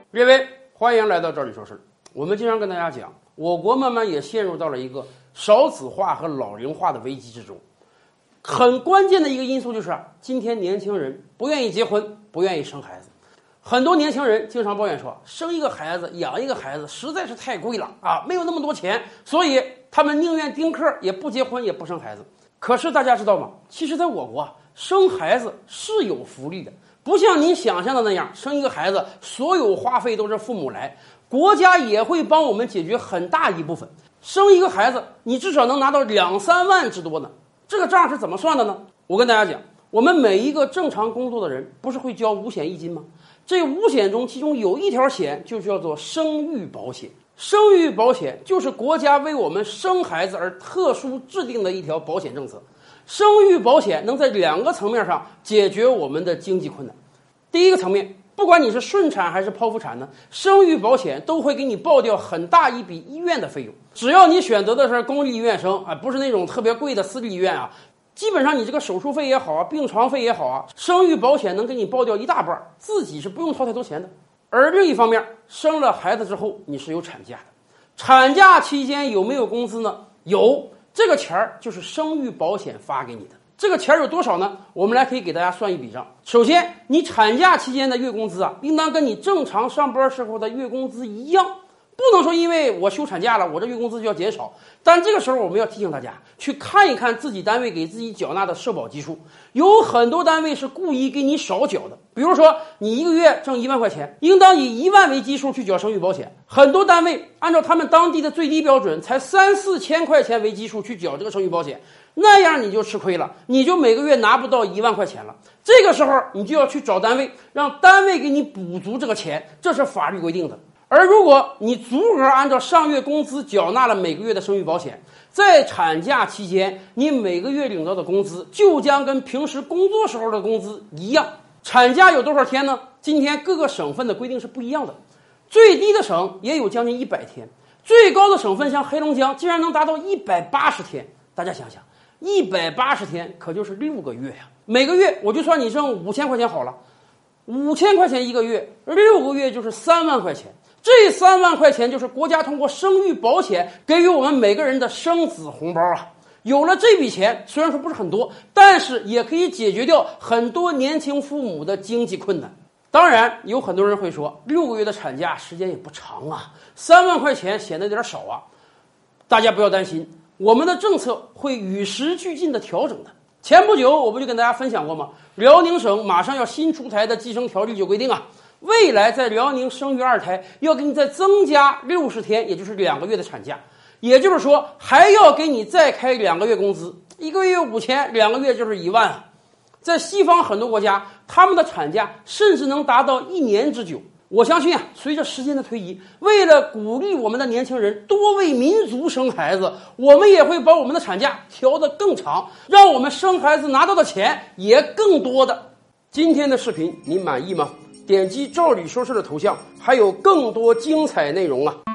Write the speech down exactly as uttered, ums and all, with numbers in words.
列位，欢迎来到这里说事。我们经常跟大家讲，我国慢慢也陷入到了一个少子化和老龄化的危机之中。很关键的一个因素就是啊，今天年轻人不愿意结婚，不愿意生孩子。很多年轻人经常抱怨说，生一个孩子、养一个孩子实在是太贵了啊，没有那么多钱，所以他们宁愿丁克，也不结婚，也不生孩子。可是大家知道吗？其实在我国啊，生孩子是有福利的，不像您想象的那样，生一个孩子所有花费都是父母来，国家也会帮我们解决很大一部分。生一个孩子，你至少能拿到两三万之多呢。这个账是怎么算的呢？我跟大家讲，我们每一个正常工作的人，不是会交五险一金吗？这五险中，其中有一条险就叫做生育保险。生育保险就是国家为我们生孩子而特殊制定的一条保险政策。生育保险能在两个层面上解决我们的经济困难。第一个层面，不管你是顺产还是剖腹产呢，生育保险都会给你报掉很大一笔医院的费用。只要你选择的是公立医院生啊，不是那种特别贵的私立医院啊，基本上你这个手术费也好啊，病床费也好啊，生育保险能给你报掉一大半，自己是不用掏太多钱的。而另一方面，生了孩子之后你是有产假的，产假期间有没有工资呢？有，这个钱儿就是生育保险发给你的。这个钱有多少呢？我们来可以给大家算一笔账。首先，你产假期间的月工资啊，应当跟你正常上班时候的月工资一样，不能说因为我休产假了，我这月工资就要减少。但这个时候我们要提醒大家，去看一看自己单位给自己缴纳的社保基数，有很多单位是故意给你少缴的。比如说，你一个月挣一万块钱，应当以一万为基数去缴生育保险。很多单位按照他们当地的最低标准，才三四千块钱为基数去缴这个生育保险。那样你就吃亏了，你就每个月拿不到一万块钱了。这个时候你就要去找单位，让单位给你补足这个钱，这是法律规定的。而如果你足额按照上月工资缴纳了每个月的生育保险，在产假期间，你每个月领到的工资就将跟平时工作时候的工资一样。产假有多少天呢？今天各个省份的规定是不一样的，最低的省也有将近一百天，最高的省份像黑龙江竟然能达到一百八十天。大家想想，一百八十天可就是六个月呀！每个月我就算你挣五千块钱好了，五千块钱一个月，六个月就是三万块钱。这三万块钱就是国家通过生育保险给予我们每个人的生子红包啊！有了这笔钱，虽然说不是很多，但是也可以解决掉很多年轻父母的经济困难。当然，有很多人会说，六个月的产假时间也不长啊，三万块钱显得有点少啊。大家不要担心，我们的政策会与时俱进的调整的。前不久我不就跟大家分享过吗？辽宁省马上要新出台的计生条例就规定啊，未来在辽宁生育二胎要给你再增加六十天，也就是两个月的产假，也就是说还要给你再开两个月工资，一个月五千，两个月就是一万啊。在西方很多国家，他们的产假甚至能达到一年之久。我相信啊，随着时间的推移，为了鼓励我们的年轻人多为民族生孩子，我们也会把我们的产假调得更长，让我们生孩子拿到的钱也更多的。今天的视频你满意吗？点击赵理说事的头像，还有更多精彩内容啊！